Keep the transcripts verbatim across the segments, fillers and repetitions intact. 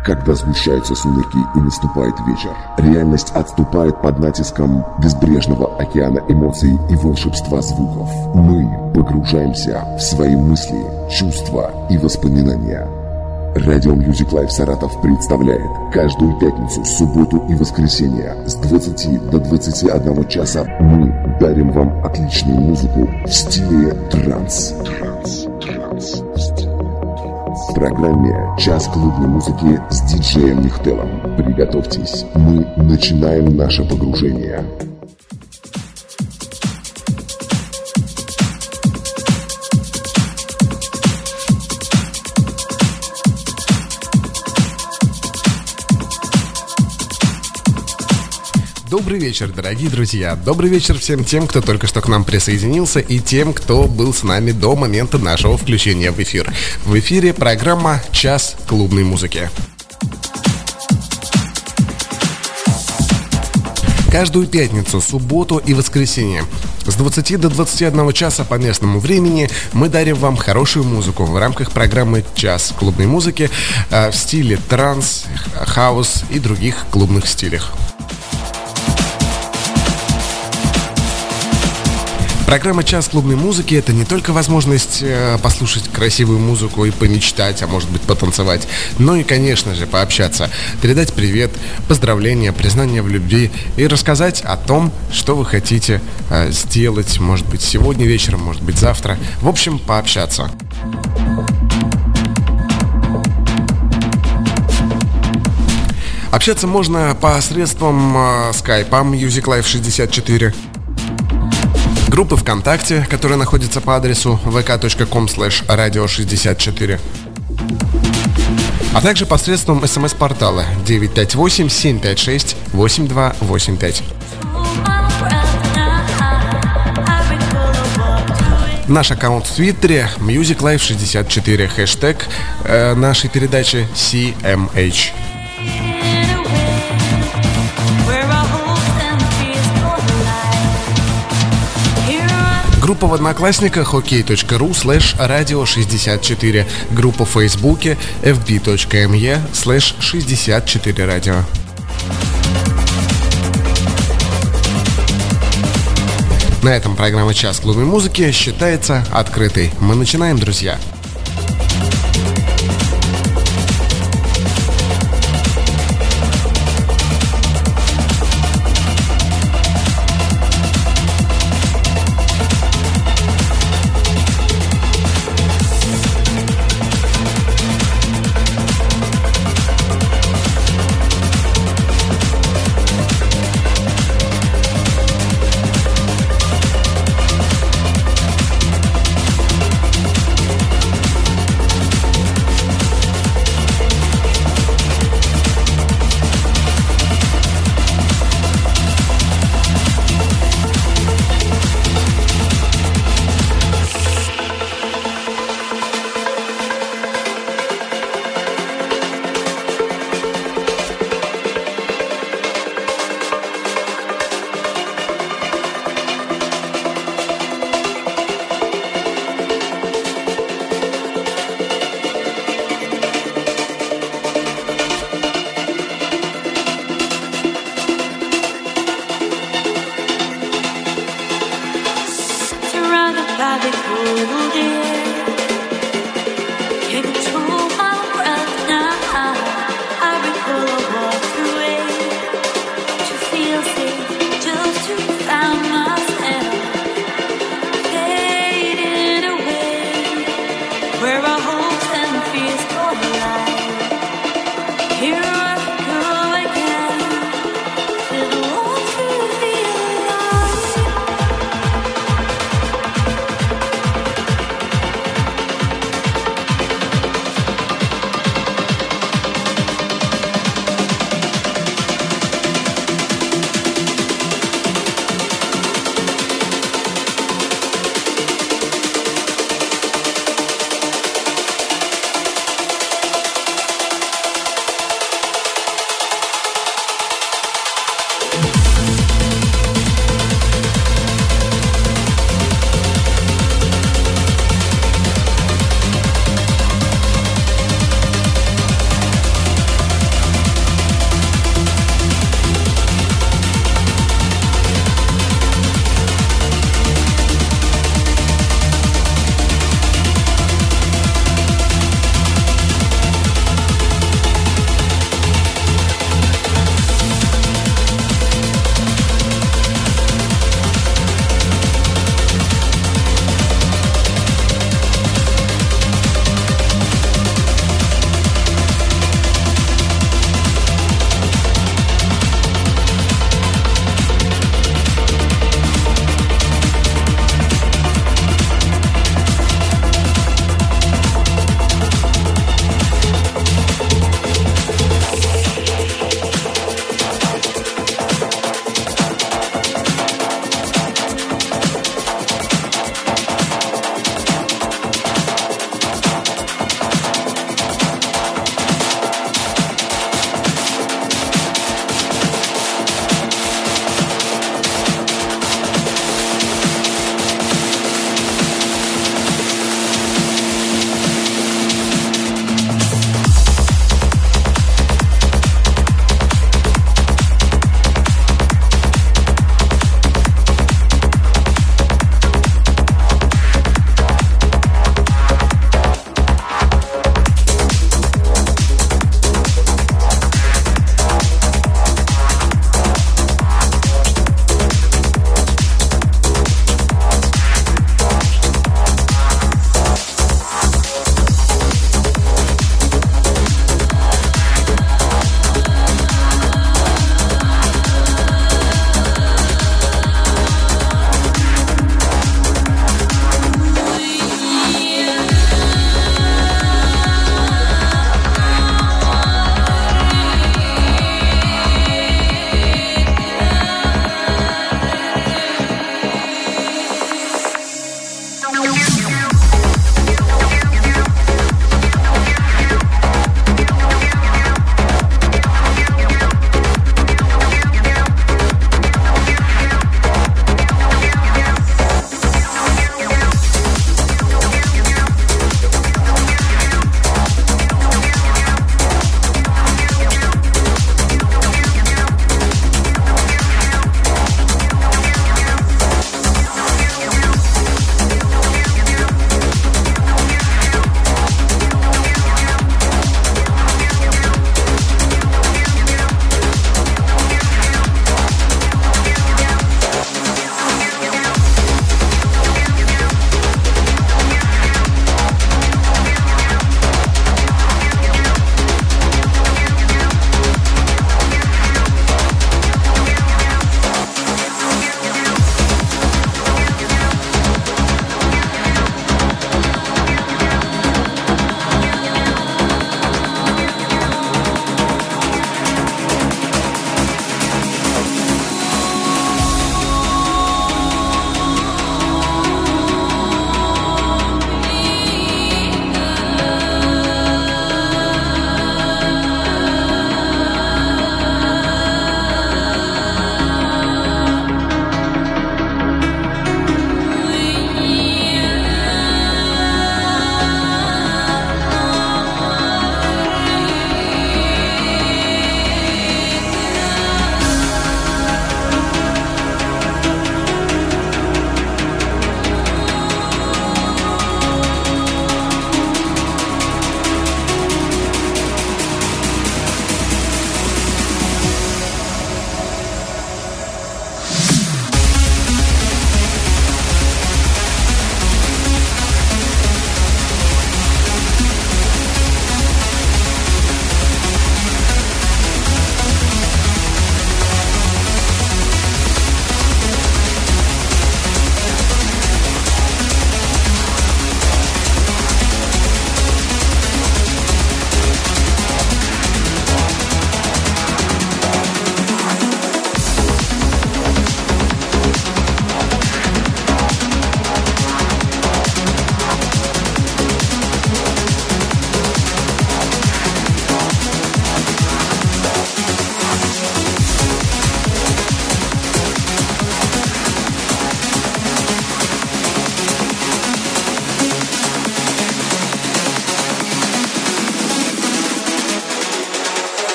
Когда сгущаются сумерки и наступает вечер, реальность отступает под натиском безбрежного океана эмоций и волшебства звуков. Мы погружаемся в свои мысли, чувства и воспоминания. Радио Music Life Саратов представляет каждую пятницу, субботу и воскресенье с двадцати до двадцати одного часа мы дарим вам отличную музыку в стиле транс. Транс, транс, В программе «Час клубной музыки» с диджеем Нихтелом. Приготовьтесь, мы начинаем наше погружение. Добрый вечер, дорогие друзья. Добрый вечер всем тем, кто только что к нам присоединился, и тем, кто был с нами до момента нашего включения в эфир. В эфире программа «Час клубной музыки». Каждую пятницу, субботу и воскресенье с двадцати до двадцати одного часа по местному времени мы дарим вам хорошую музыку в рамках программы «Час клубной музыки» в стиле транс, хаус и других клубных стилях. Программа «Час клубной музыки» — это не только возможность э, послушать красивую музыку и помечтать, а может быть потанцевать, но и, конечно же, пообщаться, передать привет, поздравления, признания в любви и рассказать о том, что вы хотите э, сделать, может быть, сегодня вечером, может быть, завтра. В общем, пообщаться. Общаться можно посредством э, скайпа Music Life шестьдесят четыре. Группы ВКонтакте, которая находится по адресу вэ ка точка ком слэш радио шестьдесят четыре. А также посредством смс-портала девять пять восемь семь пять шесть восемь два восемь пять. Наш аккаунт в Твиттере Music Life шестьдесят четыре, хэштег э, нашей передачи си эм эйч. Группа в Одноклассниках окей точка ру слэш радио шестьдесят четыре. Группа в Фейсбуке эф би точка эм и слэш шестьдесят четыре радио. На этом программа «Час клубной музыки» считается открытой. Мы начинаем, друзья.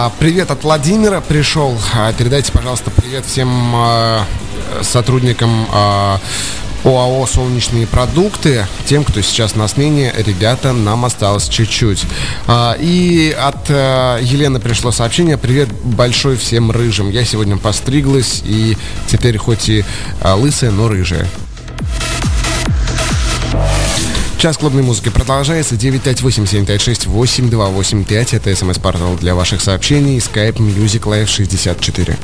Привет от Владимира пришел. Передайте, пожалуйста, привет всем сотрудникам ОАО «Солнечные продукты», тем, кто сейчас на смене. Ребята, нам осталось чуть-чуть. И от Елены пришло сообщение: привет большой всем рыжим. Я сегодня постриглась и теперь хоть и лысая, но рыжая. Час клубной музыки продолжается. девять пять восемь семь пять шесть восемь два восемь пять. Это смс-портал для ваших сообщений. Skype Music Live шестьдесят четыре.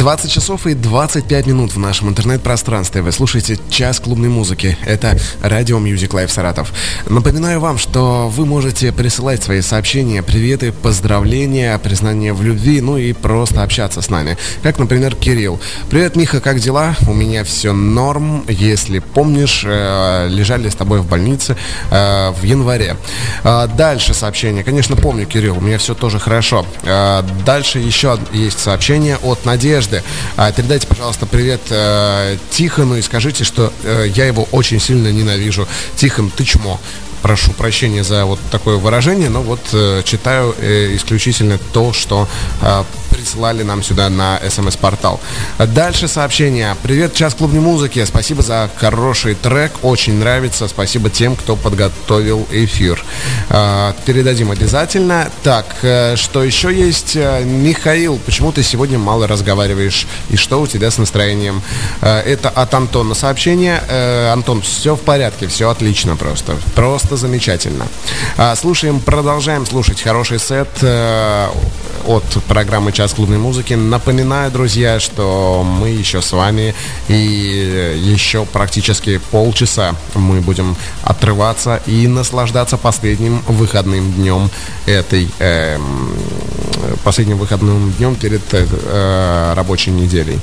двадцать часов и двадцать пять минут в нашем интернет-пространстве. Вы слушаете «Час клубной музыки». Это радио Music Live Саратов. Напоминаю вам, что вы можете присылать свои сообщения, приветы, поздравления, признания в любви, ну и просто общаться с нами. Как, например, Кирилл. «Привет, Миха, как дела? У меня все норм. Если помнишь, лежали с тобой в больнице в январе». Дальше сообщение. Конечно, помню, Кирилл, у меня все тоже хорошо. Дальше еще есть сообщение от Надежды. Передайте, пожалуйста, привет Тихону и скажите, что я его очень сильно ненавижу. Тихон, ты чмо. Прошу прощения за вот такое выражение, но вот э, читаю э, исключительно то, что э, присылали нам сюда на смс-портал. Дальше сообщение. Привет, час клубной музыки. Спасибо за хороший трек. Очень нравится. Спасибо тем, кто подготовил эфир. Э, передадим обязательно. Так, э, что еще есть? Михаил, почему ты сегодня мало разговариваешь? И что у тебя с настроением? Э, это от Антона сообщение. Э, Антон, все в порядке, все отлично просто. Просто замечательно. А, слушаем, продолжаем слушать хороший сет э, от программы «Час клубной музыки». Напоминаю, друзья, что мы еще с вами и еще практически полчаса мы будем отрываться и наслаждаться последним выходным днем этой э, последним выходным днем перед э, рабочей неделей.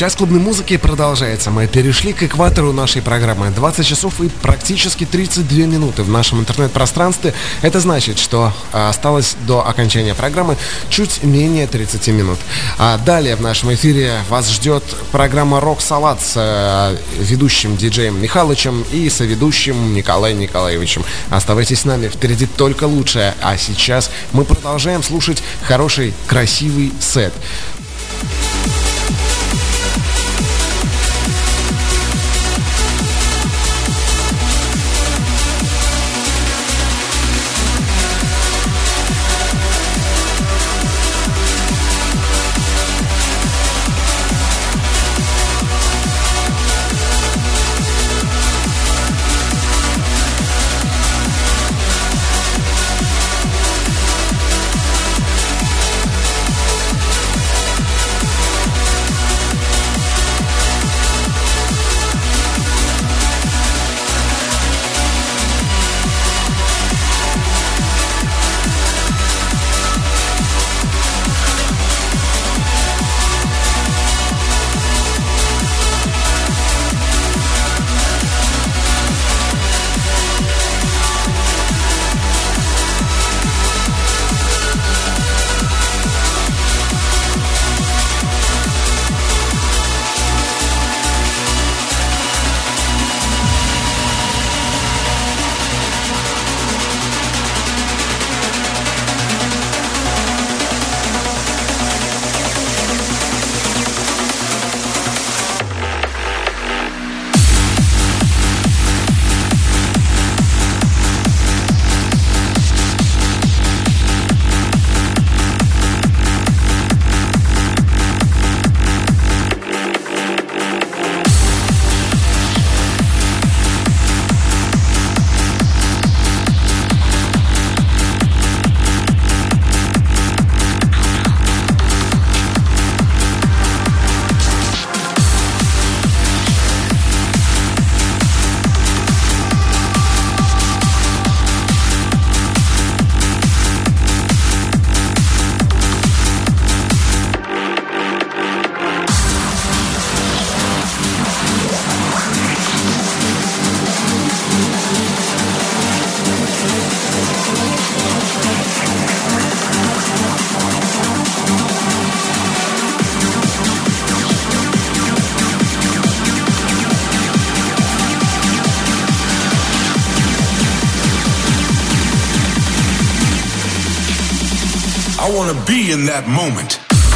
Час клубной музыки продолжается. Мы перешли к экватору нашей программы. двадцать часов и практически тридцать две минуты в нашем интернет-пространстве. Это значит, что осталось до окончания программы чуть менее тридцать минут. А далее в нашем эфире вас ждет программа «Рок-салат» с ведущим диджеем Михалычем и соведущим Николаем Николаевичем. Оставайтесь с нами, впереди только лучшее. А сейчас мы продолжаем слушать хороший, красивый сет. I want to be in that moment.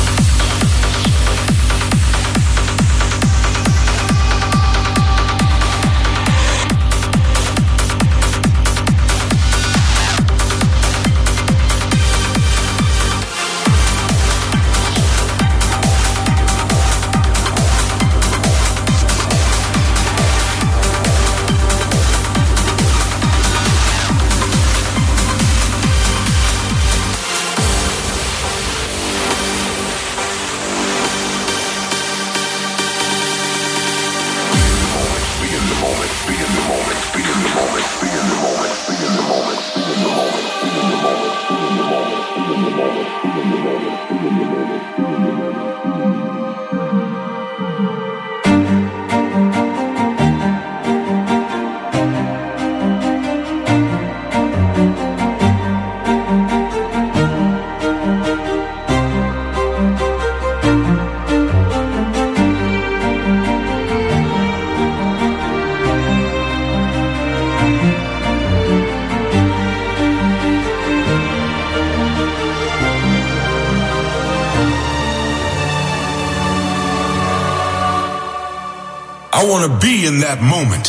I want to be in that moment.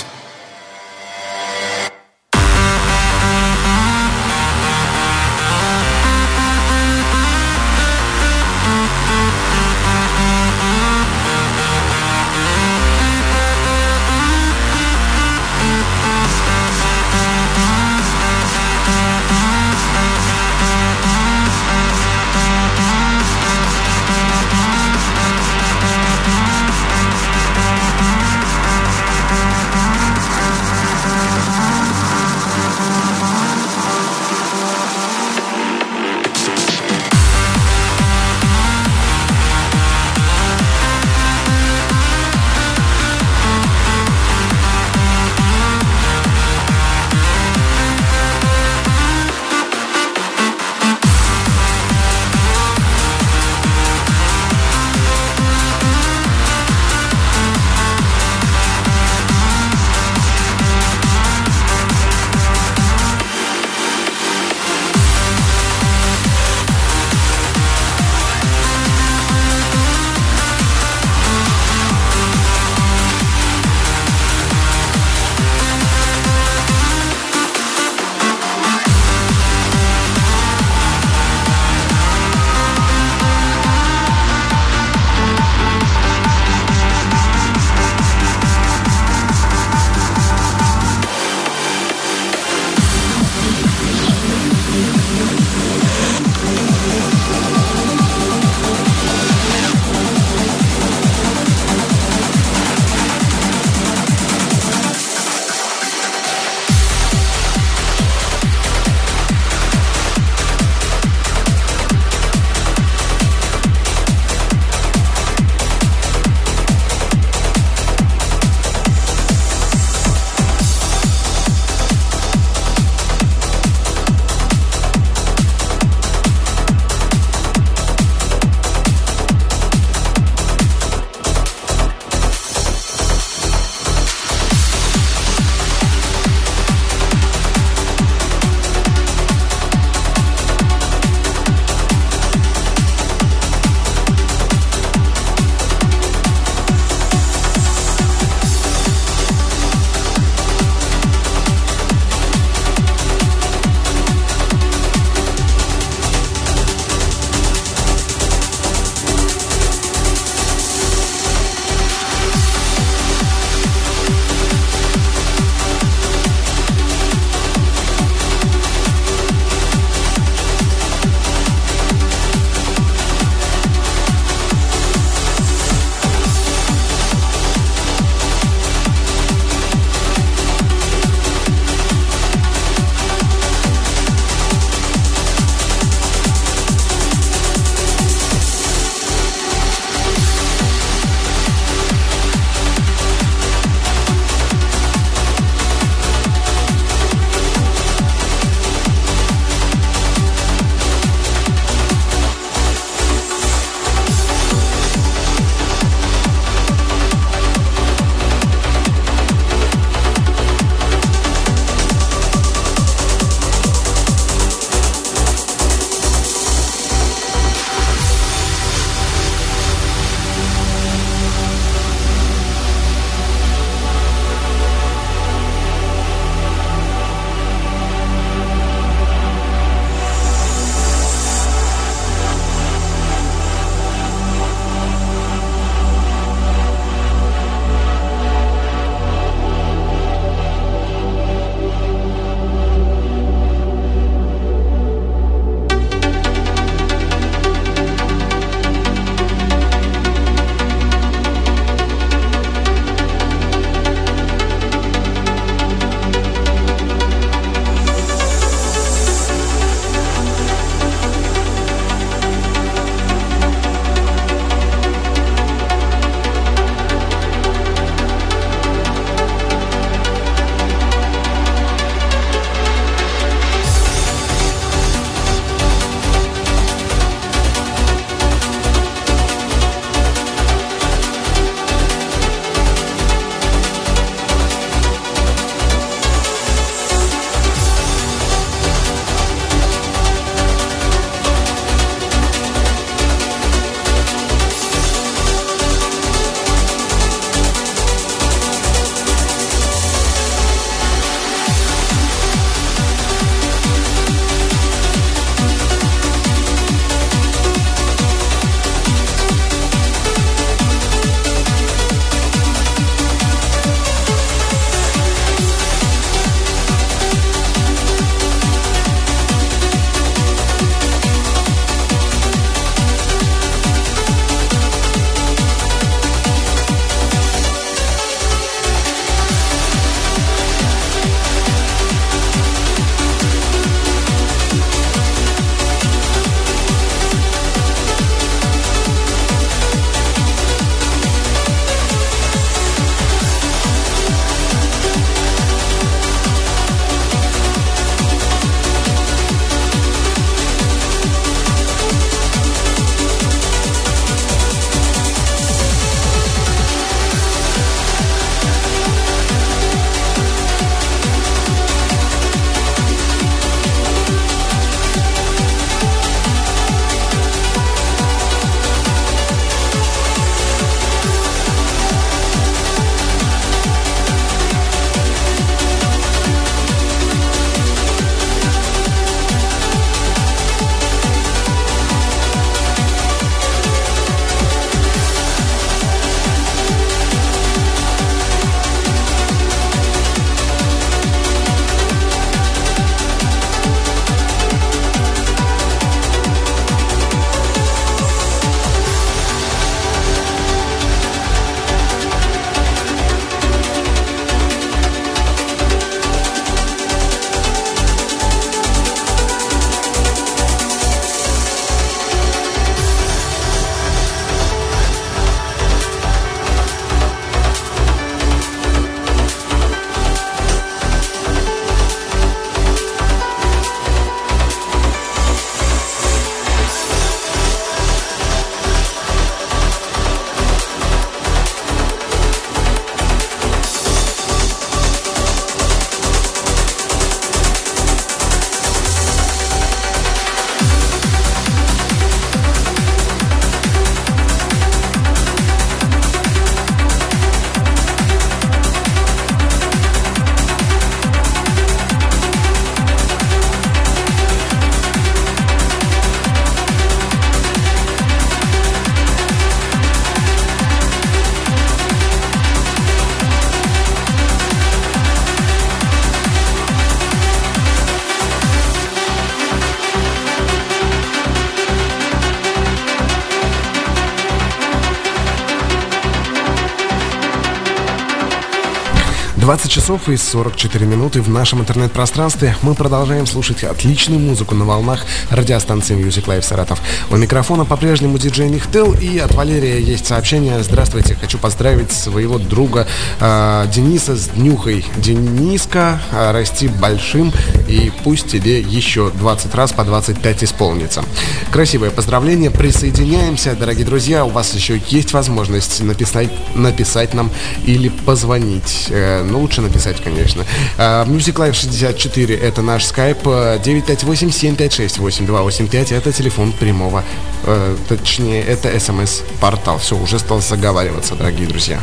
двадцать часов и сорок четыре минуты в нашем интернет-пространстве. Мы продолжаем слушать отличную музыку на волнах радиостанции Music Live Саратов. У микрофона по-прежнему диджей Нихтел, и от Валерия есть сообщение. Здравствуйте, хочу поздравить своего друга э, Дениса с днюхой. Дениска, э, расти большим, и пусть тебе еще двадцать раз по двадцать пять исполнится. Красивое поздравление. Присоединяемся, дорогие друзья. У вас еще есть возможность написать, написать нам или позвонить. Э, ну, лучше написать, конечно. Э, Music Live шестьдесят четыре — это наш скайп. девять пять восемь семь пять шесть восемь два восемь пять — это телефон прямого, э, точнее, это смс-портал. Все, уже стал заговариваться, дорогие друзья.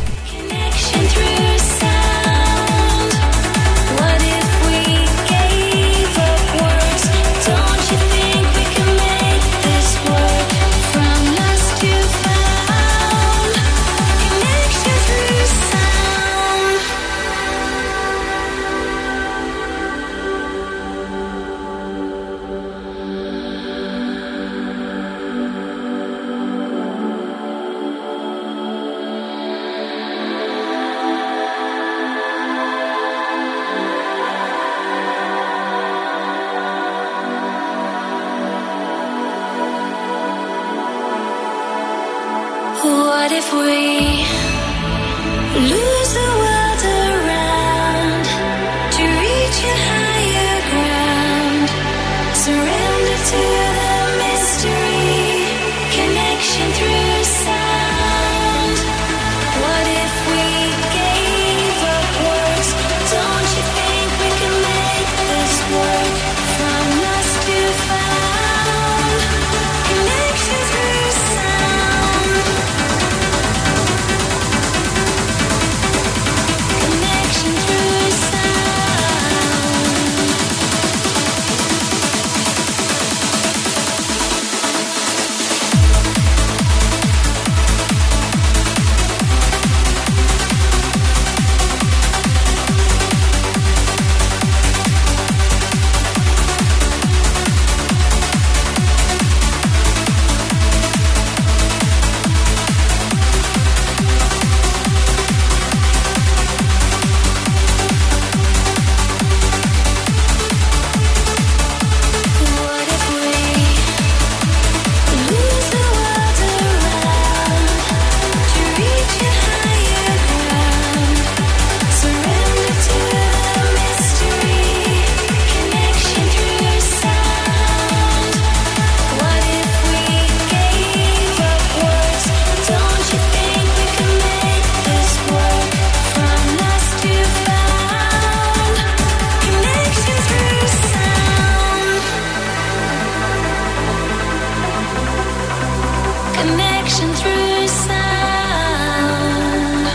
What if we lose the world around to reach a higher ground? Surrender to the mystery, connection through sound. What if we gave up words? Don't you think we can make this work? From lost to found, connection through sound. Connection through sound. What if we lose the world around to reach a higher ground? Surrender to the mystery, connection through sound. What if we gave up words? Don't you think we can make this work? From lost to found, connection through sound. Connection through sound.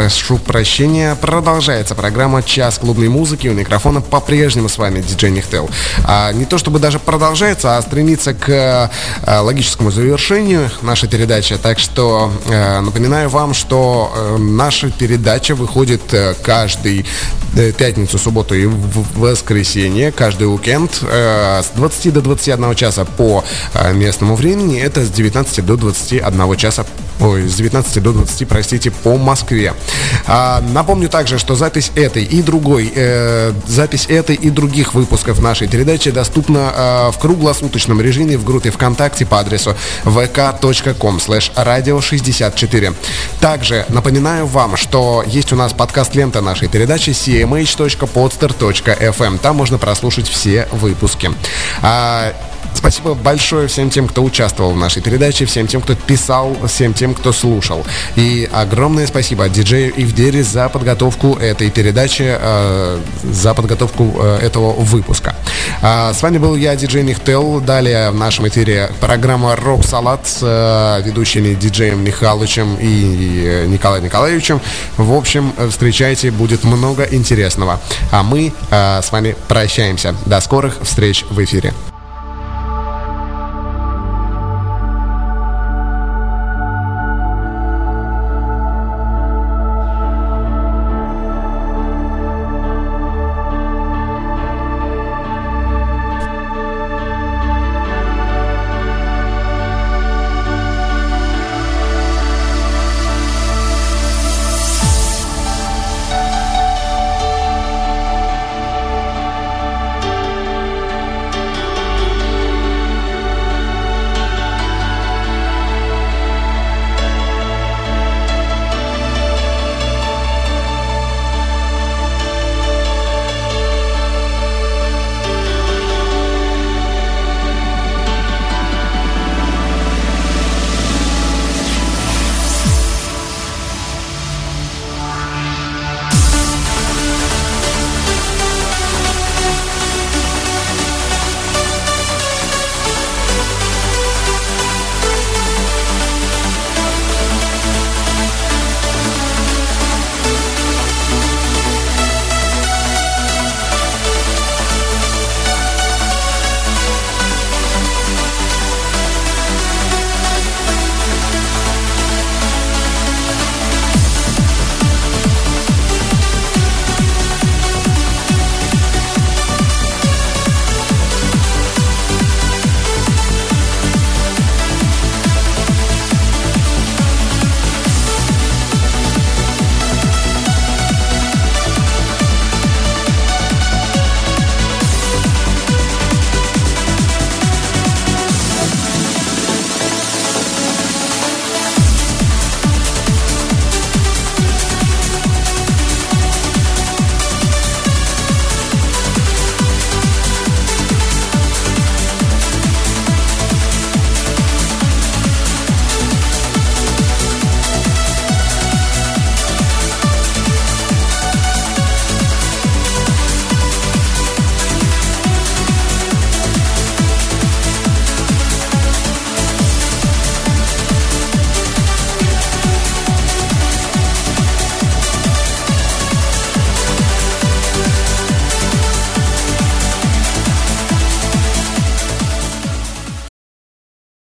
прошу прощения. Продолжается программа «Час клубной музыки». У микрофона по-прежнему с вами диджей Нихтел. А, не то чтобы даже продолжается, а стремится к а, логическому завершению наша передача. Так что а, напоминаю вам, что а, наша передача выходит а, каждый а, пятницу, субботу и в воскресенье, каждый уикенд а, с двадцати до двадцати одного часа по а, местному времени. Это с девятнадцати до двадцати одного часа. Ой, с девятнадцати до двадцати, простите, по Москве. А, напомню также, что запись этой и другой, э, запись этой и других выпусков нашей передачи доступна э, в круглосуточном режиме в группе ВКонтакте по адресу vk.com слэш радио шестьдесят четыре. Также напоминаю вам, что есть у нас подкаст-лента нашей передачи си эм эйч точка подстер точка эф эм. Там можно прослушать все выпуски. А, Спасибо большое всем тем, кто участвовал в нашей передаче, всем тем, кто писал, всем тем, кто слушал. И огромное спасибо диджею Ивдере за подготовку этой передачи, э, за подготовку э, этого выпуска. А, с вами был я, диджей Нихтел. Далее в нашем эфире программа «Рок-салат» с э, ведущими диджеем Михалычем и Николаем Николаевичем. В общем, встречайте, будет много интересного. А мы э, с вами прощаемся. До скорых встреч в эфире.